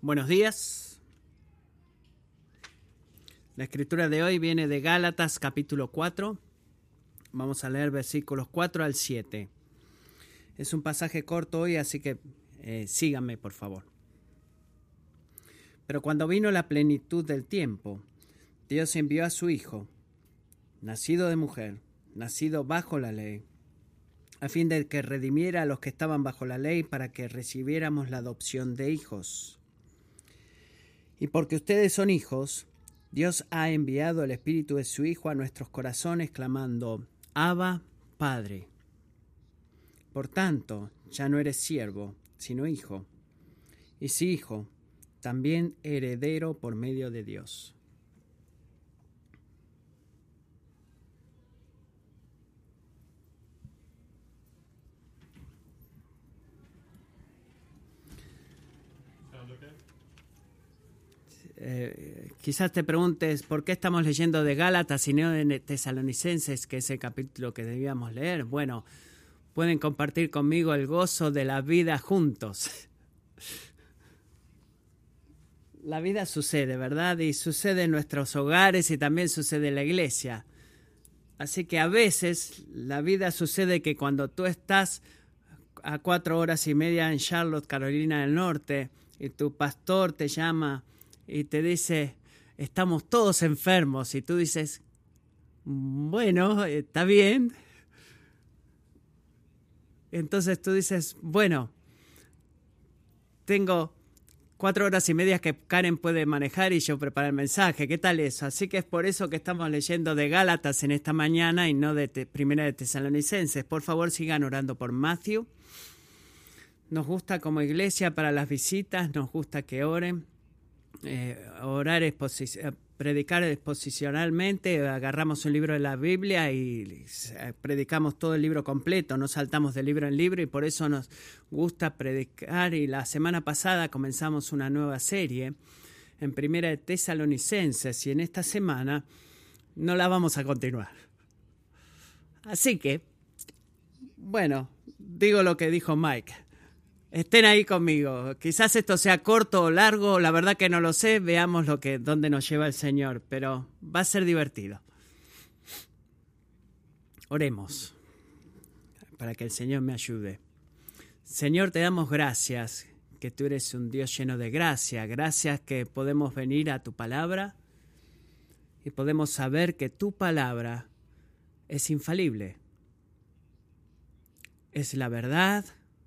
Buenos días. La escritura de hoy viene de Gálatas capítulo 4. Vamos a leer versículos 4 al 7. Es un pasaje corto hoy, así que síganme, por favor. Pero cuando vino la plenitud del tiempo, Dios envió a su Hijo, nacido de mujer, nacido bajo la ley, a fin de que redimiera a los que estaban bajo la ley para que recibiéramos la adopción de hijos. Y porque ustedes son hijos, Dios ha enviado el Espíritu de su Hijo a nuestros corazones, clamando, Abba, Padre. Por tanto, ya no eres siervo, sino hijo. Y si hijo, también heredero por medio de Dios. Quizás te preguntes por qué estamos leyendo de Gálatas y no de Tesalonicenses, que es el capítulo que debíamos leer. Bueno, pueden compartir conmigo el gozo de la vida juntos. La vida sucede, ¿verdad? Y sucede en nuestros hogares y también sucede en la iglesia. Así que a veces la vida sucede que cuando tú estás a 4 horas y media en Charlotte, Carolina del Norte, y tu pastor te llama y te dice, estamos todos enfermos, y tú dices, bueno, está bien. Entonces tú dices, bueno, tengo 4 horas y media que Karen puede manejar y yo preparar el mensaje. ¿Qué tal eso? Así que es por eso que estamos leyendo de Gálatas en esta mañana y no de Primera de Tesalonicenses. Por favor, sigan orando por Matthew. Nos gusta como iglesia para las visitas, nos gusta que oren. Predicar exposicionalmente, agarramos un libro de la Biblia y predicamos todo el libro completo, no saltamos de libro en libro y por eso nos gusta predicar. Y la semana pasada comenzamos una nueva serie en Primera de Tesalonicenses y en esta semana no la vamos a continuar. Así que, bueno, digo lo que dijo Mike. Estén ahí conmigo. Quizás esto sea corto o largo, la verdad que no lo sé. Veamos dónde nos lleva el Señor, pero va a ser divertido. Oremos para que el Señor me ayude. Señor, te damos gracias, que tú eres un Dios lleno de gracia. Gracias que podemos venir a tu palabra y podemos saber que tu palabra es infalible. Es la verdad.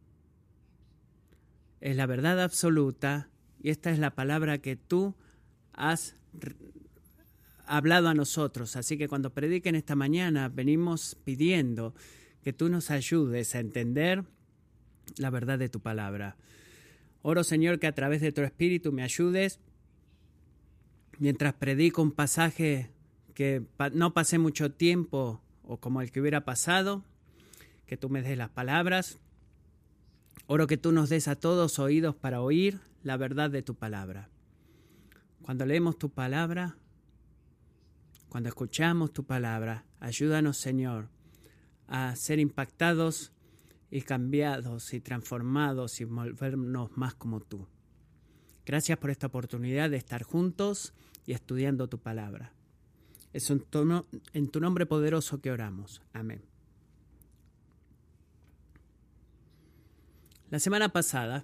Es la verdad absoluta y esta es la palabra que tú has hablado a nosotros. Así que cuando prediquen esta mañana venimos pidiendo que tú nos ayudes a entender la verdad de tu palabra. Oro, Señor, que a través de tu Espíritu me ayudes mientras predico un pasaje que no pasé mucho tiempo o como el que hubiera pasado, que tú me des las palabras. Oro que tú nos des a todos oídos para oír la verdad de tu palabra. Cuando leemos tu palabra, cuando escuchamos tu palabra, ayúdanos, Señor, a ser impactados y cambiados y transformados y volvernos más como tú. Gracias por esta oportunidad de estar juntos y estudiando tu palabra. Es en tu nombre poderoso que oramos. Amén. La semana pasada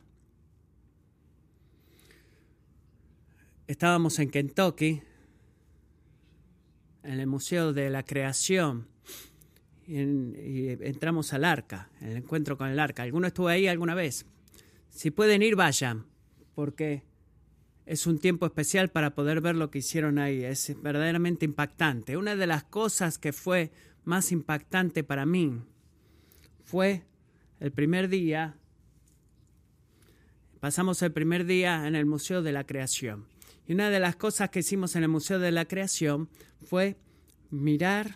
estábamos en Kentucky, en el Museo de la Creación, y entramos al Arca, el encuentro con el Arca. ¿Alguno estuvo ahí alguna vez? Si pueden ir, vayan, porque es un tiempo especial para poder ver lo que hicieron ahí. Es verdaderamente impactante. Una de las cosas que fue más impactante para mí fue el primer día. Pasamos el primer día en el Museo de la Creación. Y una de las cosas que hicimos en el Museo de la Creación fue mirar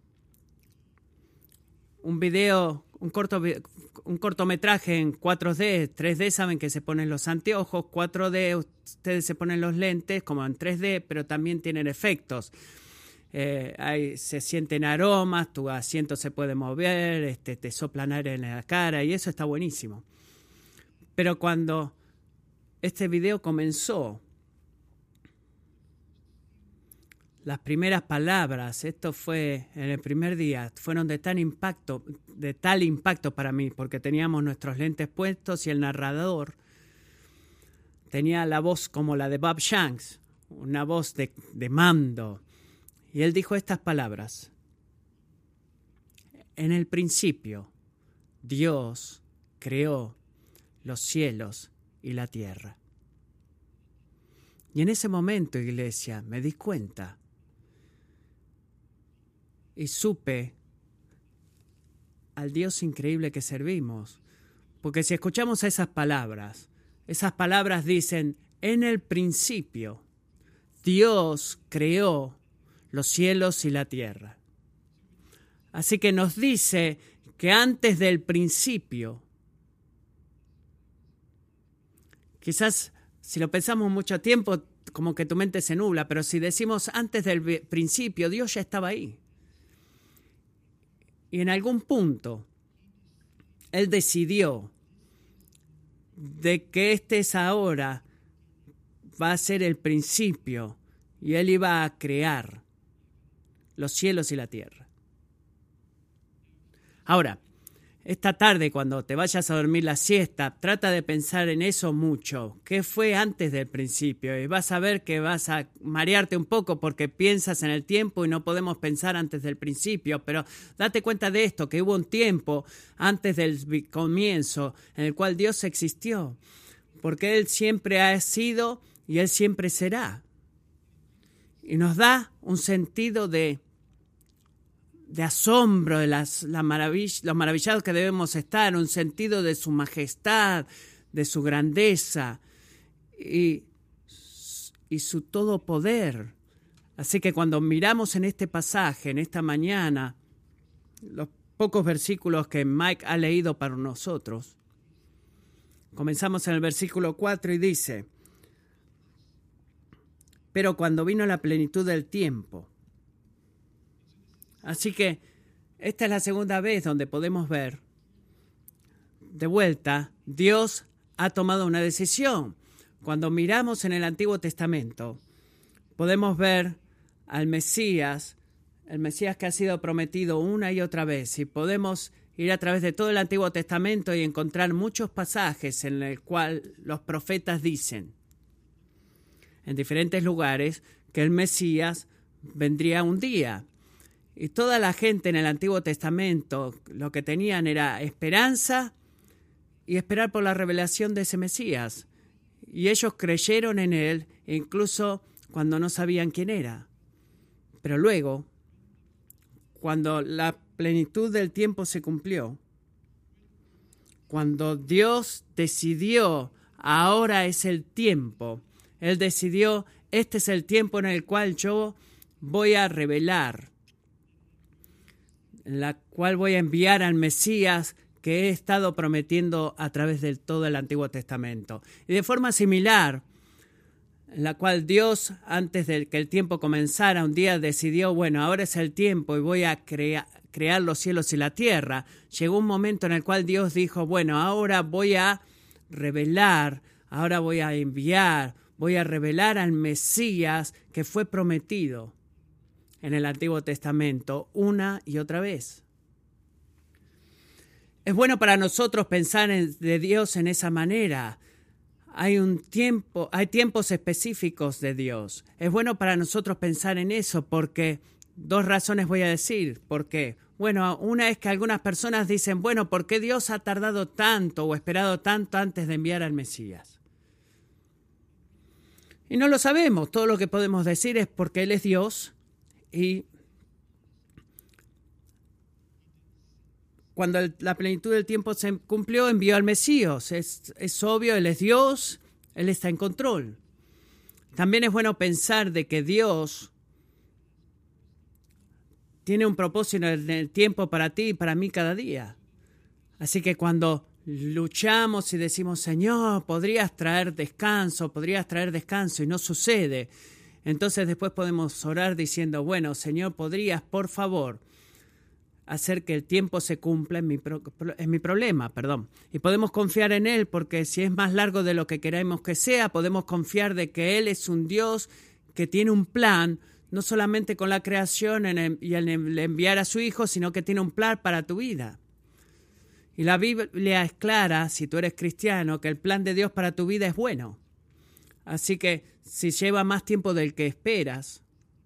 un cortometraje en 4D. 3D saben que se ponen los anteojos, 4D ustedes se ponen los lentes como en 3D, pero también tienen efectos. Se sienten aromas, tu asiento se puede mover, te soplan aire en la cara y eso está buenísimo. Pero cuando este video comenzó, las primeras palabras, esto fue en el primer día, fueron de tal impacto para mí, porque teníamos nuestros lentes puestos y el narrador tenía la voz como la de Bob Shanks, una voz de mando. Y él dijo estas palabras: en el principio, Dios creó los cielos y la tierra. Y en ese momento, iglesia, me di cuenta y supe al Dios increíble que servimos. Porque si escuchamos esas palabras dicen, en el principio, Dios creó los cielos y la tierra. Así que nos dice que antes del principio, quizás si lo pensamos mucho tiempo, como que tu mente se nubla, pero si decimos antes del principio, Dios ya estaba ahí. Y en algún punto, Él decidió de que ahora va a ser el principio y Él iba a crear los cielos y la tierra. Ahora, esta tarde cuando te vayas a dormir la siesta, trata de pensar en eso mucho. ¿Qué fue antes del principio? Y vas a ver que vas a marearte un poco porque piensas en el tiempo y no podemos pensar antes del principio. Pero date cuenta de esto, que hubo un tiempo antes del comienzo en el cual Dios existió. Porque Él siempre ha sido y Él siempre será. Y nos da un sentido de asombro, de los maravillados que debemos estar, un sentido de su majestad, de su grandeza y su todo poder. Así que cuando miramos en este pasaje, en esta mañana, los pocos versículos que Mike ha leído para nosotros, comenzamos en el versículo 4 y dice, pero cuando vino la plenitud del tiempo. Así que esta es la segunda vez donde podemos ver, de vuelta, Dios ha tomado una decisión. Cuando miramos en el Antiguo Testamento, podemos ver al Mesías, el Mesías que ha sido prometido una y otra vez. Y podemos ir a través de todo el Antiguo Testamento y encontrar muchos pasajes en el cual los profetas dicen, en diferentes lugares, que el Mesías vendría un día. Y toda la gente en el Antiguo Testamento lo que tenían era esperanza y esperar por la revelación de ese Mesías. Y ellos creyeron en él incluso cuando no sabían quién era. Pero luego, cuando la plenitud del tiempo se cumplió, cuando Dios decidió, ahora es el tiempo, Él decidió, este es el tiempo en el cual yo voy a revelar, en la cual voy a enviar al Mesías que he estado prometiendo a través de todo el Antiguo Testamento. Y de forma similar, en la cual Dios, antes de que el tiempo comenzara, un día decidió, bueno, ahora es el tiempo y voy a crear los cielos y la tierra. Llegó un momento en el cual Dios dijo, bueno, ahora voy a revelar, ahora voy a enviar, voy a revelar al Mesías que fue prometido en el Antiguo Testamento una y otra vez. Es bueno para nosotros pensar de Dios en esa manera. Hay tiempos específicos de Dios. Es bueno para nosotros pensar en eso porque dos razones voy a decir. ¿Por qué? Bueno, una es que algunas personas dicen, bueno, ¿por qué Dios ha tardado tanto o esperado tanto antes de enviar al Mesías? Y no lo sabemos. Todo lo que podemos decir es porque Él es Dios. Y cuando la plenitud del tiempo se cumplió, envió al Mesías. Es obvio, Él es Dios, Él está en control. También es bueno pensar de que Dios tiene un propósito en el tiempo para ti y para mí cada día. Así que cuando luchamos y decimos, Señor, podrías traer descanso, y no sucede, entonces después podemos orar diciendo, bueno, Señor, ¿podrías, por favor, hacer que el tiempo se cumpla en mi problema. Y podemos confiar en Él porque si es más largo de lo que queremos que sea, podemos confiar de que Él es un Dios que tiene un plan, no solamente con la creación y el enviar a su Hijo, sino que tiene un plan para tu vida. Y la Biblia es clara, si tú eres cristiano, que el plan de Dios para tu vida es bueno. Así que si lleva más tiempo del que esperas,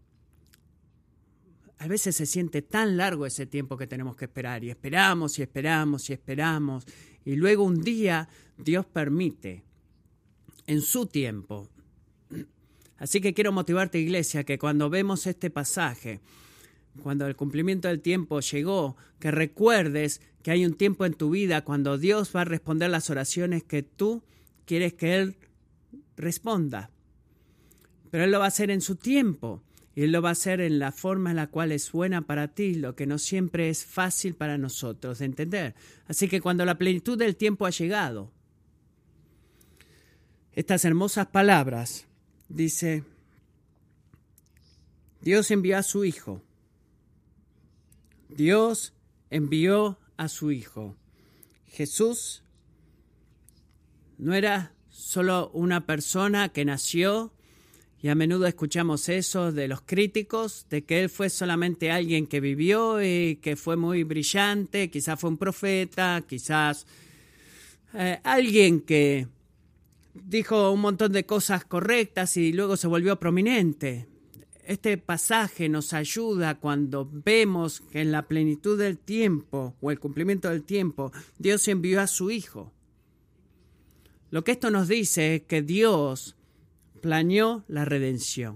a veces se siente tan largo ese tiempo que tenemos que esperar. Y esperamos, y esperamos, y esperamos. Y luego un día Dios permite, en su tiempo. Así que quiero motivarte, iglesia, que cuando vemos este pasaje, cuando el cumplimiento del tiempo llegó, que recuerdes que hay un tiempo en tu vida cuando Dios va a responder las oraciones que tú quieres que Él responda. Pero Él lo va a hacer en su tiempo. Y Él lo va a hacer en la forma en la cual es buena para ti, lo que no siempre es fácil para nosotros de entender. Así que cuando la plenitud del tiempo ha llegado, estas hermosas palabras, dice, Dios envió a su Hijo. Dios envió a su Hijo. Jesús no era solo una persona que nació, y a menudo escuchamos eso de los críticos, de que Él fue solamente alguien que vivió y que fue muy brillante, quizás fue un profeta, quizás alguien que dijo un montón de cosas correctas y luego se volvió prominente. Este pasaje nos ayuda cuando vemos que en la plenitud del tiempo o el cumplimiento del tiempo, Dios envió a su Hijo. Lo que esto nos dice es que Dios planeó la redención.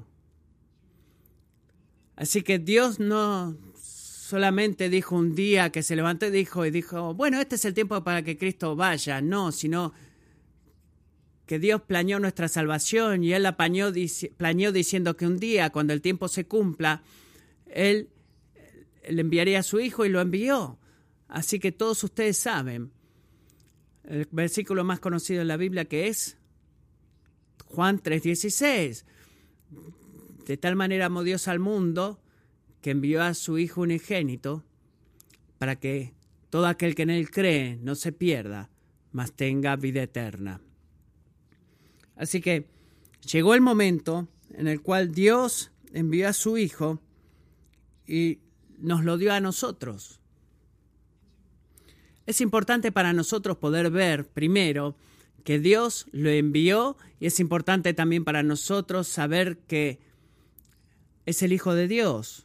Así que Dios no solamente dijo un día que se levantó y dijo, bueno, este es el tiempo para que Cristo vaya. No, sino que Dios planeó nuestra salvación y Él la planeó diciendo que un día, cuando el tiempo se cumpla, Él le enviaría a su Hijo y lo envió. Así que todos ustedes saben el versículo más conocido en la Biblia, que es Juan 3:16. De tal manera amó Dios al mundo que envió a su Hijo unigénito para que todo aquel que en Él cree no se pierda, mas tenga vida eterna. Así que llegó el momento en el cual Dios envió a su Hijo y nos lo dio a nosotros. Es importante para nosotros poder ver primero que Dios lo envió y es importante también para nosotros saber que es el Hijo de Dios.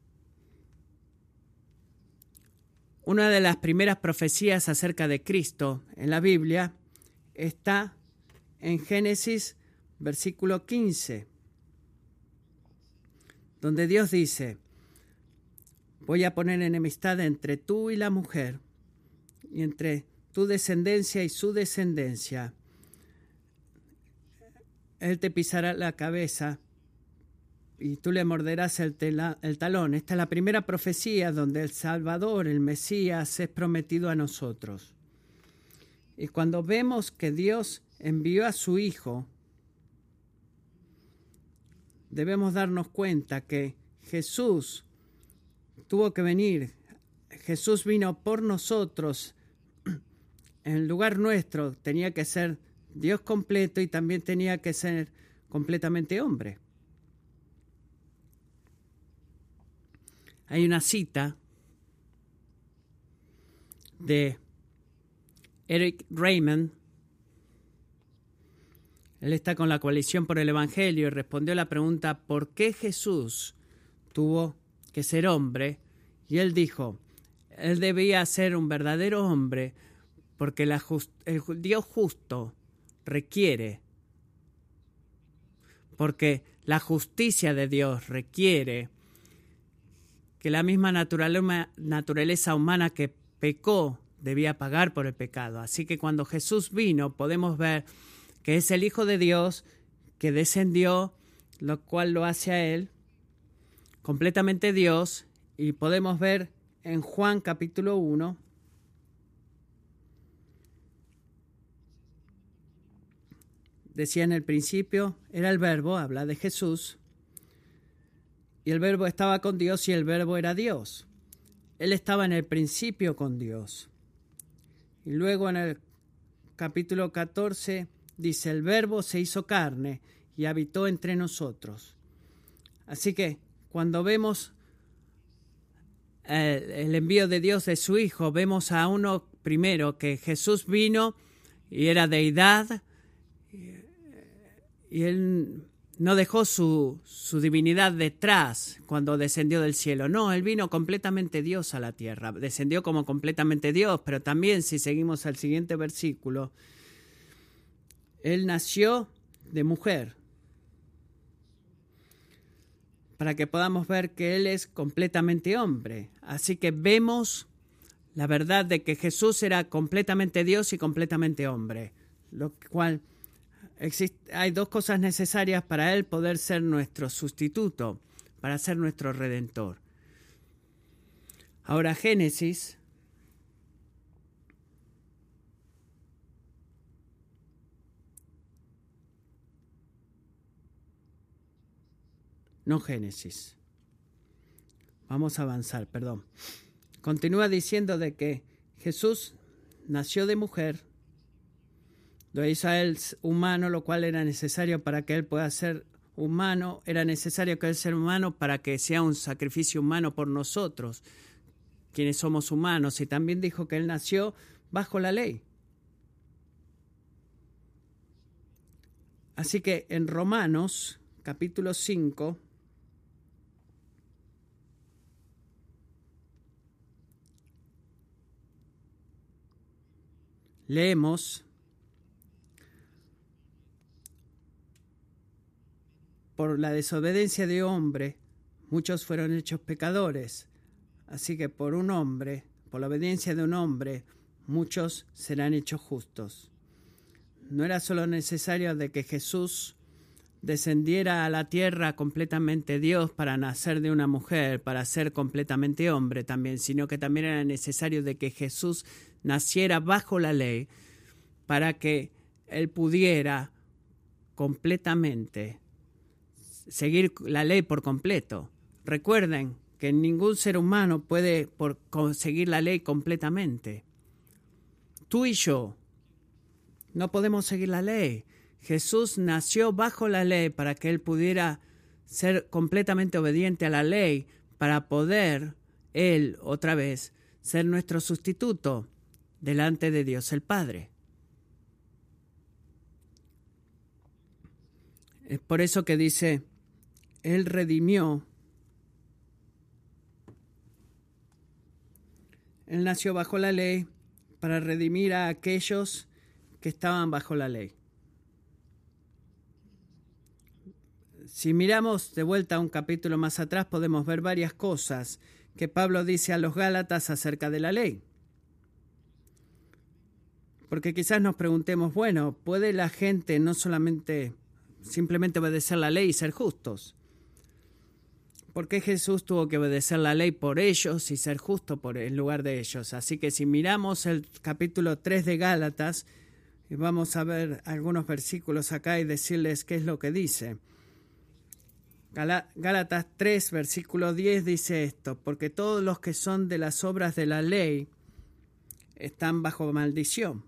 Una de las primeras profecías acerca de Cristo en la Biblia está en Génesis, versículo 15, donde Dios dice, voy a poner enemistad entre tú y la mujer, y entre tu descendencia y su descendencia. Él te pisará la cabeza y tú le morderás el talón. Esta es la primera profecía donde el Salvador, el Mesías, es prometido a nosotros. Y cuando vemos que Dios envió a su Hijo, debemos darnos cuenta que Jesús tuvo que venir. Jesús vino por nosotros. En lugar nuestro tenía que ser Dios completo y también tenía que ser completamente hombre. Hay una cita de Eric Raymond. Él está con la Coalición por el Evangelio y respondió a la pregunta ¿por qué Jesús tuvo que ser hombre? Y él dijo, él debía ser un verdadero hombre porque el Dios justo requiere, porque la justicia de Dios requiere que la misma naturaleza humana que pecó debía pagar por el pecado. Así que cuando Jesús vino podemos ver que es el Hijo de Dios que descendió, lo cual lo hace a Él completamente Dios, y podemos ver en Juan capítulo 1, decía en el principio, era el Verbo, habla de Jesús, y el Verbo estaba con Dios y el Verbo era Dios. Él estaba en el principio con Dios. Y luego en el capítulo 14 dice, el Verbo se hizo carne y habitó entre nosotros. Así que cuando vemos el envío de Dios de su Hijo, vemos a uno primero que Jesús vino y era deidad y Él no dejó su divinidad detrás cuando descendió del cielo. No, Él vino completamente Dios a la tierra. Descendió como completamente Dios, pero también si seguimos al siguiente versículo, Él nació de mujer, para que podamos ver que Él es completamente hombre. Así que vemos la verdad de que Jesús era completamente Dios y completamente hombre, lo cual hay dos cosas necesarias para Él poder ser nuestro sustituto, para ser nuestro redentor. Ahora Génesis Vamos a avanzar, perdón. Continúa diciendo de que Jesús nació de mujer, lo hizo a Él humano, lo cual era necesario para que Él pueda ser humano. Era necesario que Él sea humano para que sea un sacrificio humano por nosotros, quienes somos humanos. Y también dijo que Él nació bajo la ley. Así que en Romanos, capítulo 5, leemos, por la desobediencia de hombre, muchos fueron hechos pecadores. Así que por un hombre, por la obediencia de un hombre, muchos serán hechos justos. No era solo necesario de que Jesús descendiera a la tierra completamente Dios para nacer de una mujer, para ser completamente hombre también, sino que también era necesario de que Jesús naciera bajo la ley para que Él pudiera completamente seguir la ley por completo. Recuerden que ningún ser humano puede conseguir la ley completamente. Tú y yo no podemos seguir la ley. Jesús nació bajo la ley para que Él pudiera ser completamente obediente a la ley, para poder Él, otra vez, ser nuestro sustituto delante de Dios el Padre. Es por eso que dice, Él redimió. Él nació bajo la ley para redimir a aquellos que estaban bajo la ley. Si miramos de vuelta un capítulo más atrás, podemos ver varias cosas que Pablo dice a los Gálatas acerca de la ley. Porque quizás nos preguntemos, bueno, ¿puede la gente no simplemente obedecer la ley y ser justos? ¿Por qué Jesús tuvo que obedecer la ley por ellos y ser justo en lugar de ellos? Así que si miramos el capítulo 3 de Gálatas, vamos a ver algunos versículos acá y decirles qué es lo que dice. Gálatas 3, versículo 10 dice esto, porque todos los que son de las obras de la ley están bajo maldición.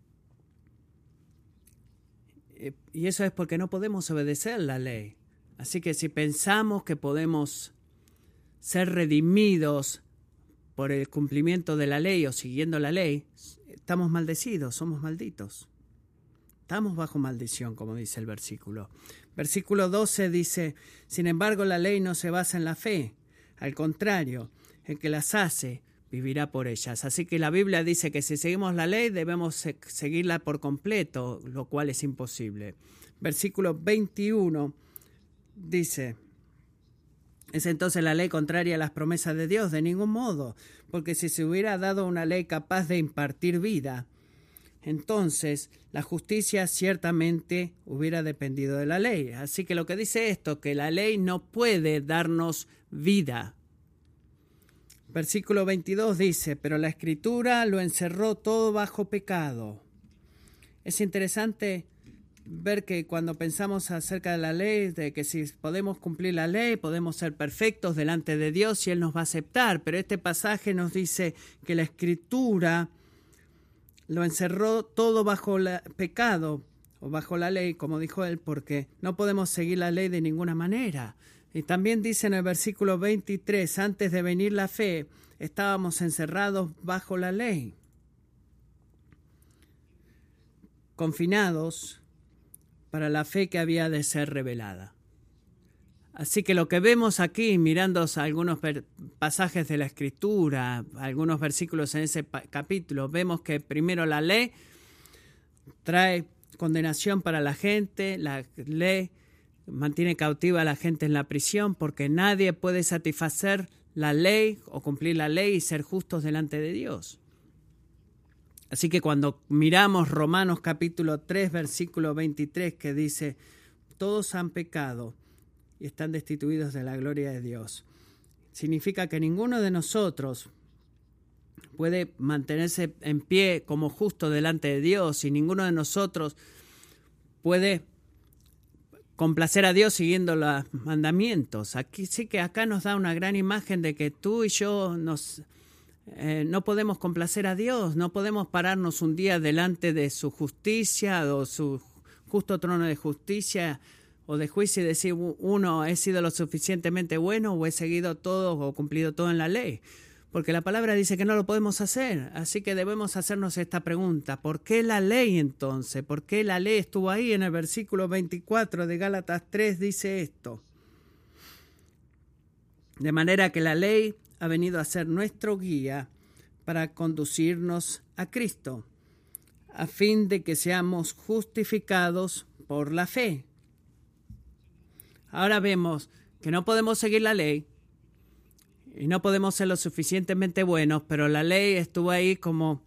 Y eso es porque no podemos obedecer la ley. Así que si pensamos que podemos ser redimidos por el cumplimiento de la ley o siguiendo la ley, estamos maldecidos, somos malditos. Estamos bajo maldición, como dice el versículo. Versículo 12 dice, sin embargo, la ley no se basa en la fe. Al contrario, el que las hace vivirá por ellas. Así que la Biblia dice que si seguimos la ley debemos seguirla por completo, lo cual es imposible. Versículo 21 dice, ¿es entonces la ley contraria a las promesas de Dios? De ningún modo, porque si se hubiera dado una ley capaz de impartir vida, entonces la justicia ciertamente hubiera dependido de la ley. Así que lo que dice esto, que la ley no puede darnos vida. Versículo 22 dice, pero la Escritura lo encerró todo bajo pecado. Es interesante ver que cuando pensamos acerca de la ley, de que si podemos cumplir la ley, podemos ser perfectos delante de Dios y Él nos va a aceptar. Pero este pasaje nos dice que la Escritura lo encerró todo bajo el pecado o bajo la ley, como dijo él, porque no podemos seguir la ley de ninguna manera. Y también dice en el versículo 23, antes de venir la fe, estábamos encerrados bajo la ley, confinados para la fe que había de ser revelada. Así que lo que vemos aquí, mirando algunos pasajes de la Escritura, algunos versículos en ese capítulo, vemos que primero la ley trae condenación para la gente, la ley mantiene cautiva a la gente en la prisión porque nadie puede satisfacer la ley o cumplir la ley y ser justos delante de Dios. Así que cuando miramos Romanos capítulo 3, versículo 23, que dice, todos han pecado y están destituidos de la gloria de Dios, significa que ninguno de nosotros puede mantenerse en pie como justo delante de Dios y ninguno de nosotros puede complacer a Dios siguiendo los mandamientos. Aquí sí que acá nos da una gran imagen de que tú y yo no podemos complacer a Dios, no podemos pararnos un día delante de su justicia o su justo trono de justicia o de juicio y decir, uno, he sido lo suficientemente bueno o he seguido todo o cumplido todo en la ley. Porque la palabra dice que no lo podemos hacer. Así que debemos hacernos esta pregunta. ¿Por qué la ley entonces? ¿Por qué la ley estuvo ahí? En el versículo 24 de Gálatas 3 dice esto. De manera que la ley ha venido a ser nuestro guía para conducirnos a Cristo, a fin de que seamos justificados por la fe. Ahora vemos que no podemos seguir la ley y no podemos ser lo suficientemente buenos, pero la ley estuvo ahí como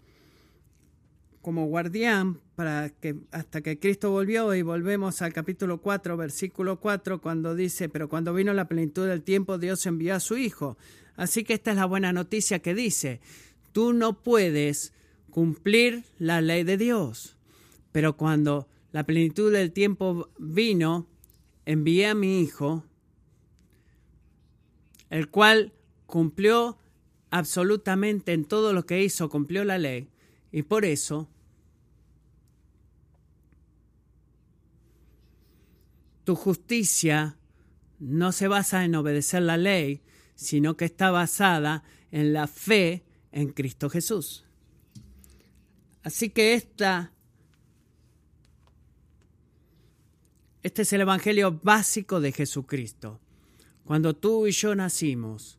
guardián para que hasta que Cristo volvió, y volvemos al capítulo 4, versículo 4, cuando dice, pero cuando vino la plenitud del tiempo, Dios envió a su Hijo. Así que esta es la buena noticia que dice, tú no puedes cumplir la ley de Dios, pero cuando la plenitud del tiempo vino, envié a mi Hijo, el cual cumplió absolutamente en todo lo que hizo, cumplió la ley, y por eso tu justicia no se basa en obedecer la ley, sino que está basada en la fe en Cristo Jesús. Así que este es el evangelio básico de Jesucristo. Cuando tú y yo nacimos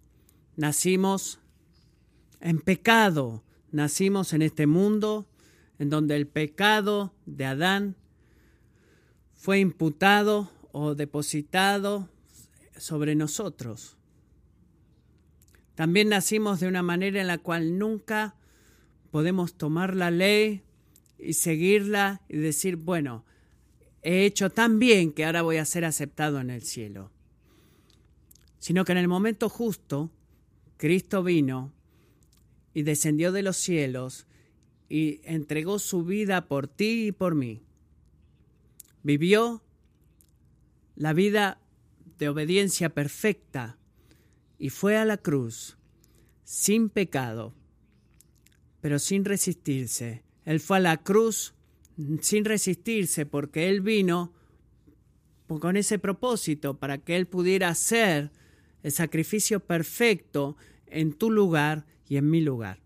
en pecado, nacimos en este mundo en donde el pecado de Adán fue imputado o depositado sobre nosotros. También nacimos de una manera en la cual nunca podemos tomar la ley y seguirla y decir, bueno, he hecho tan bien que ahora voy a ser aceptado en el cielo. Sino que en el momento justo, Cristo vino y descendió de los cielos y entregó su vida por ti y por mí. Vivió la vida de obediencia perfecta y fue a la cruz sin pecado, pero sin resistirse. Él fue a la cruz sin resistirse porque Él vino con ese propósito para que Él pudiera hacer el sacrificio perfecto en tu lugar y en mi lugar.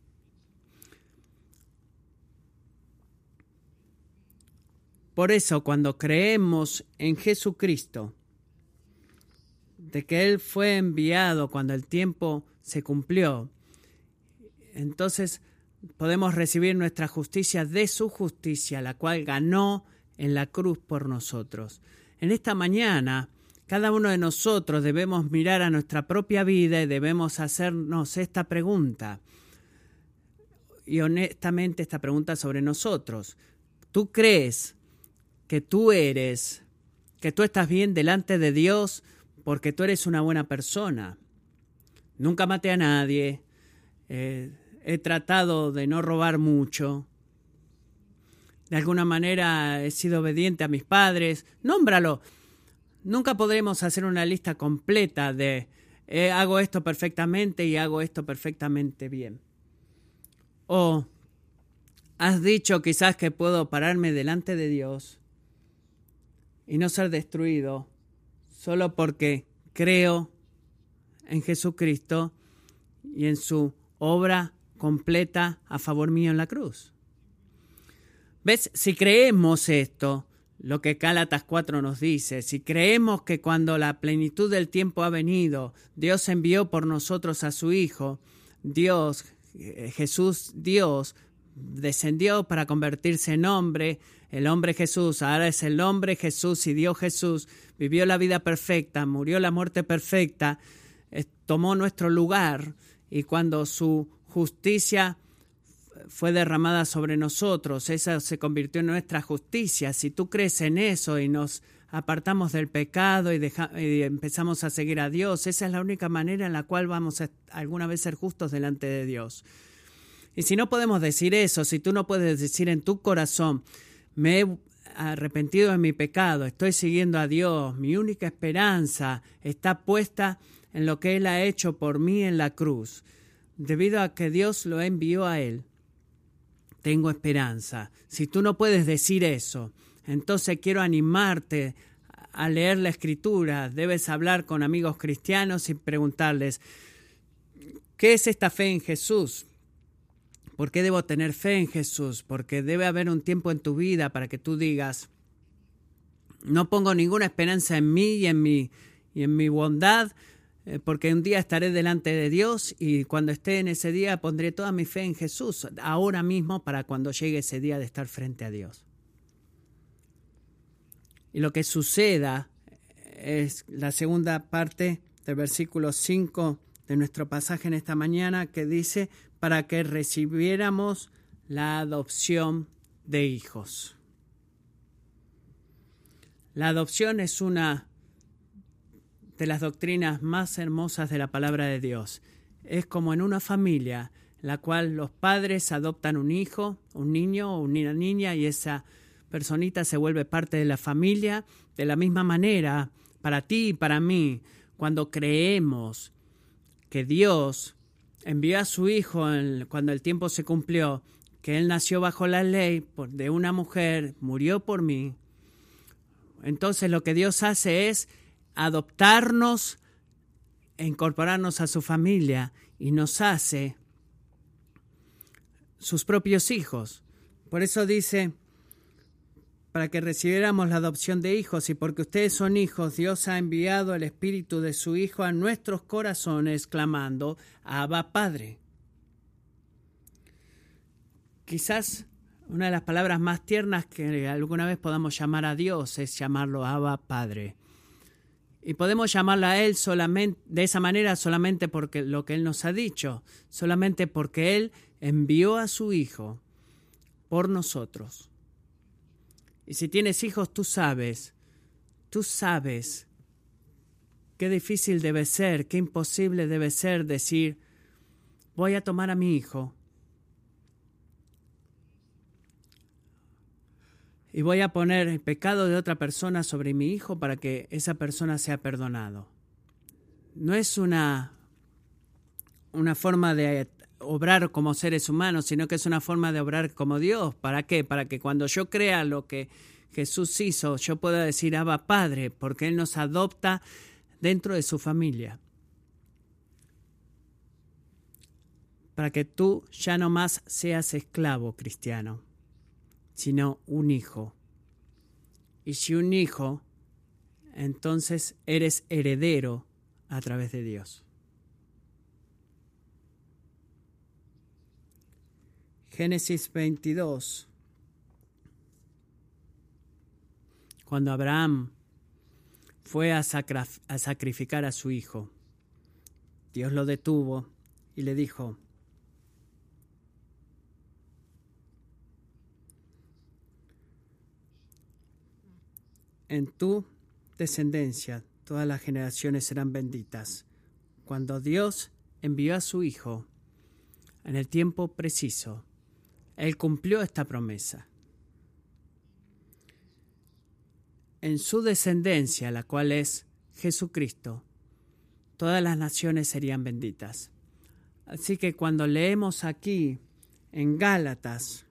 Por eso, cuando creemos en Jesucristo, de que Él fue enviado cuando el tiempo se cumplió, entonces podemos recibir nuestra justicia de su justicia, la cual ganó en la cruz por nosotros. En esta mañana, cada uno de nosotros debemos mirar a nuestra propia vida y debemos hacernos esta pregunta. Y honestamente esta pregunta sobre nosotros. ¿Tú crees que tú estás bien delante de Dios porque tú eres una buena persona? Nunca maté a nadie. He tratado de no robar mucho. de alguna manera he sido obediente a mis padres. Nómbralo. Nunca podremos hacer una lista completa de hago esto perfectamente y hago esto perfectamente bien. O has dicho quizás que puedo pararme delante de Dios y no ser destruido solo porque creo en Jesucristo y en su obra completa a favor mío en la cruz. ¿Ves? Si creemos esto, lo que Gálatas 4 nos dice, si creemos que cuando la plenitud del tiempo ha venido, Dios envió por nosotros a su Hijo, Jesús descendió para convertirse en hombre, el hombre Jesús, ahora es el hombre Jesús y Dios Jesús, vivió la vida perfecta, murió la muerte perfecta, tomó nuestro lugar y cuando su justicia fue derramada sobre nosotros, esa se convirtió en nuestra justicia. Si tú crees en eso y nos apartamos del pecado y empezamos a seguir a Dios, esa es la única manera en la cual vamos a alguna vez ser justos delante de Dios. Y si no podemos decir eso, si tú no puedes decir en tu corazón, me he arrepentido de mi pecado, estoy siguiendo a Dios, mi única esperanza está puesta en lo que Él ha hecho por mí en la cruz, debido a que Dios lo envió a Él, tengo esperanza. Si tú no puedes decir eso, entonces quiero animarte a leer la Escritura. Debes hablar con amigos cristianos y preguntarles, ¿qué es esta fe en Jesús? ¿Por qué debo tener fe en Jesús? Porque debe haber un tiempo en tu vida para que tú digas, no pongo ninguna esperanza en mí y en mi bondad, porque un día estaré delante de Dios y cuando esté en ese día pondré toda mi fe en Jesús, ahora mismo para cuando llegue ese día de estar frente a Dios. Y lo que suceda es la segunda parte del versículo 5 de nuestro pasaje en esta mañana que dice, para que recibiéramos la adopción de hijos. La adopción es una de las doctrinas más hermosas de la palabra de Dios. Es como en una familia en la cual los padres adoptan un hijo, un niño o una niña y esa personita se vuelve parte de la familia. De la misma manera, para ti y para mí, cuando creemos que Dios envió a su Hijo cuando el tiempo se cumplió, que Él nació bajo la ley de una mujer, murió por mí, entonces lo que Dios hace es adoptarnos e incorporarnos a su familia y nos hace sus propios hijos. Por eso dice, para que recibiéramos la adopción de hijos y porque ustedes son hijos, Dios ha enviado el Espíritu de su Hijo a nuestros corazones clamando, Abba Padre. Quizás una de las palabras más tiernas que alguna vez podamos llamar a Dios es llamarlo Abba Padre. Y podemos llamarlo a Él solamente de esa manera solamente porque lo que Él nos ha dicho, solamente porque Él envió a su Hijo por nosotros. Y si tienes hijos, tú sabes qué difícil debe ser, qué imposible debe ser decir, voy a tomar a mi hijo y voy a poner el pecado de otra persona sobre mi hijo para que esa persona sea perdonado. No es una forma de obrar como seres humanos, sino que es una forma de obrar como Dios. ¿Para qué? Para que cuando yo crea lo que Jesús hizo, yo pueda decir Abba Padre, porque Él nos adopta dentro de su familia. Para que tú ya no más seas esclavo cristiano, sino un hijo. Y si un hijo, entonces eres heredero a través de Dios. Génesis 22. Cuando Abraham fue a sacrificar a su hijo, Dios lo detuvo y le dijo, en tu descendencia todas las generaciones serán benditas. Cuando Dios envió a su Hijo en el tiempo preciso, Él cumplió esta promesa. en su descendencia, la cual es Jesucristo, todas las naciones serían benditas. Así que cuando leemos aquí en Gálatas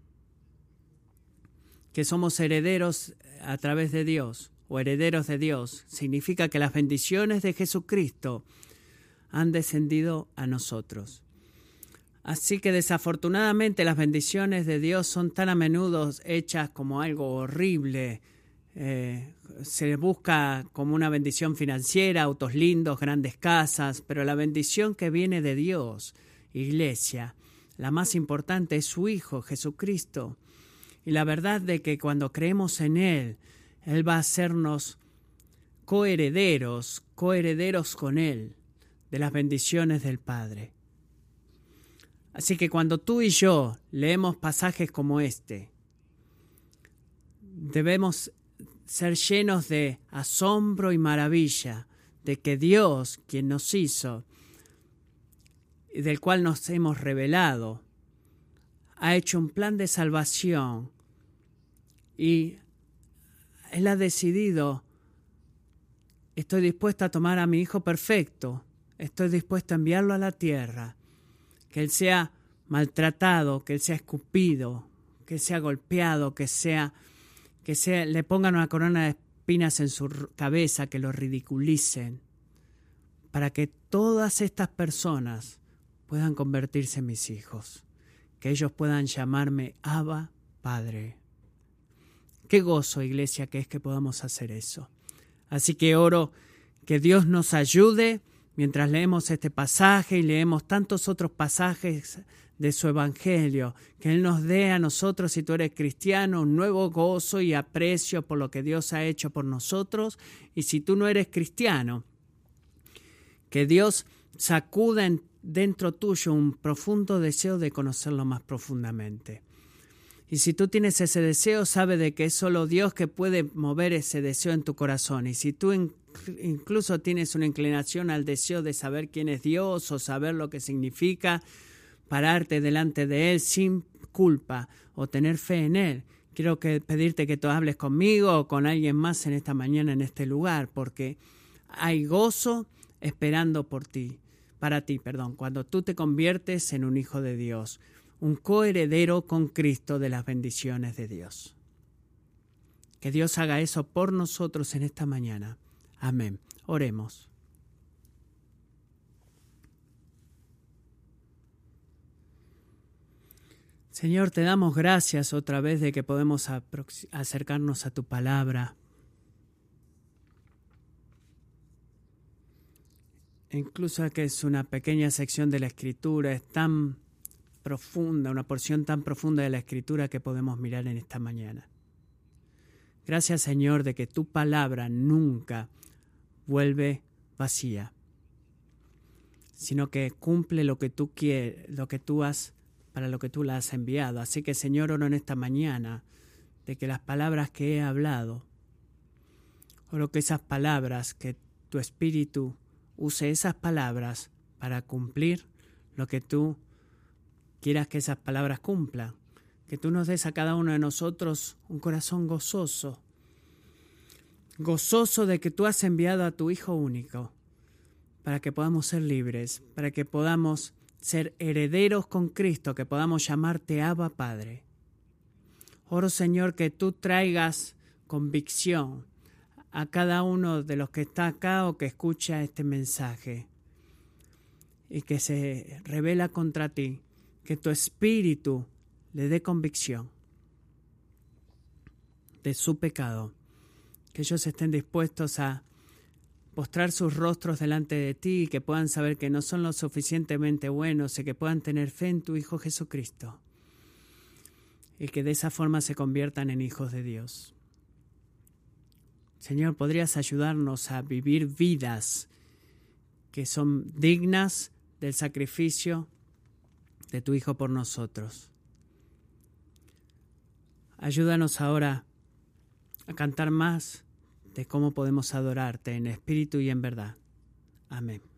que somos herederos a través de Dios o herederos de Dios, significa que las bendiciones de Jesucristo han descendido a nosotros. Así que desafortunadamente las bendiciones de Dios son tan a menudo hechas como algo horrible. Se busca como una bendición financiera, autos lindos, grandes casas, pero la bendición que viene de Dios, iglesia, la más importante es su Hijo, Jesucristo. Y la verdad de que cuando creemos en Él, Él va a hacernos coherederos con Él, de las bendiciones del Padre. Así que cuando tú y yo leemos pasajes como este, debemos ser llenos de asombro y maravilla de que Dios, quien nos hizo y del cual nos hemos revelado, ha hecho un plan de salvación y Él ha decidido: estoy dispuesto a tomar a mi Hijo perfecto, estoy dispuesto a enviarlo a la tierra, que Él sea maltratado, que Él sea escupido, que Él sea golpeado, que le pongan una corona de espinas en su cabeza, que lo ridiculicen, para que todas estas personas puedan convertirse en mis hijos, que ellos puedan llamarme Abba, Padre. Qué gozo, iglesia, que es que podamos hacer eso. Así que oro que Dios nos ayude mientras leemos este pasaje y leemos tantos otros pasajes de su Evangelio, que Él nos dé a nosotros, si tú eres cristiano, un nuevo gozo y aprecio por lo que Dios ha hecho por nosotros. Y si tú no eres cristiano, que Dios sacuda dentro tuyo un profundo deseo de conocerlo más profundamente. Y si tú tienes ese deseo, sabe de que es solo Dios que puede mover ese deseo en tu corazón. Y si tú incluso tienes una inclinación al deseo de saber quién es Dios o saber lo que significa pararte delante de Él sin culpa o tener fe en Él, quiero pedirte que tú hables conmigo o con alguien más en esta mañana en este lugar, porque hay gozo esperando para ti, cuando tú te conviertes en un hijo de Dios, un coheredero con Cristo de las bendiciones de Dios. Que Dios haga eso por nosotros en esta mañana. Amén. Oremos. Señor, te damos gracias otra vez de que podemos acercarnos a tu palabra. Incluso que es una pequeña sección de la Escritura, es tan profunda, una porción tan profunda de la Escritura que podemos mirar en esta mañana. Gracias, Señor, de que tu palabra nunca vuelve vacía, sino que cumple lo que tú quieres, para lo que tú la has enviado. Así que, Señor, oro en esta mañana de que las palabras que he hablado, oro que esas palabras, que tu Espíritu use esas palabras para cumplir lo que tú quieras que esas palabras cumplan. Que tú nos des a cada uno de nosotros un corazón gozoso de que tú has enviado a tu Hijo único, para que podamos ser libres, para que podamos ser herederos con Cristo, que podamos llamarte Abba, Padre. Oro, Señor, que tú traigas convicción a cada uno de los que está acá o que escucha este mensaje y que se revela contra ti, que tu Espíritu le dé convicción de su pecado, que ellos estén dispuestos a postrar sus rostros delante de ti y que puedan saber que no son lo suficientemente buenos y que puedan tener fe en tu Hijo Jesucristo y que de esa forma se conviertan en hijos de Dios. Señor, ¿podrías ayudarnos a vivir vidas que son dignas del sacrificio de tu Hijo por nosotros? Ayúdanos ahora a cantar más de cómo podemos adorarte en espíritu y en verdad. Amén.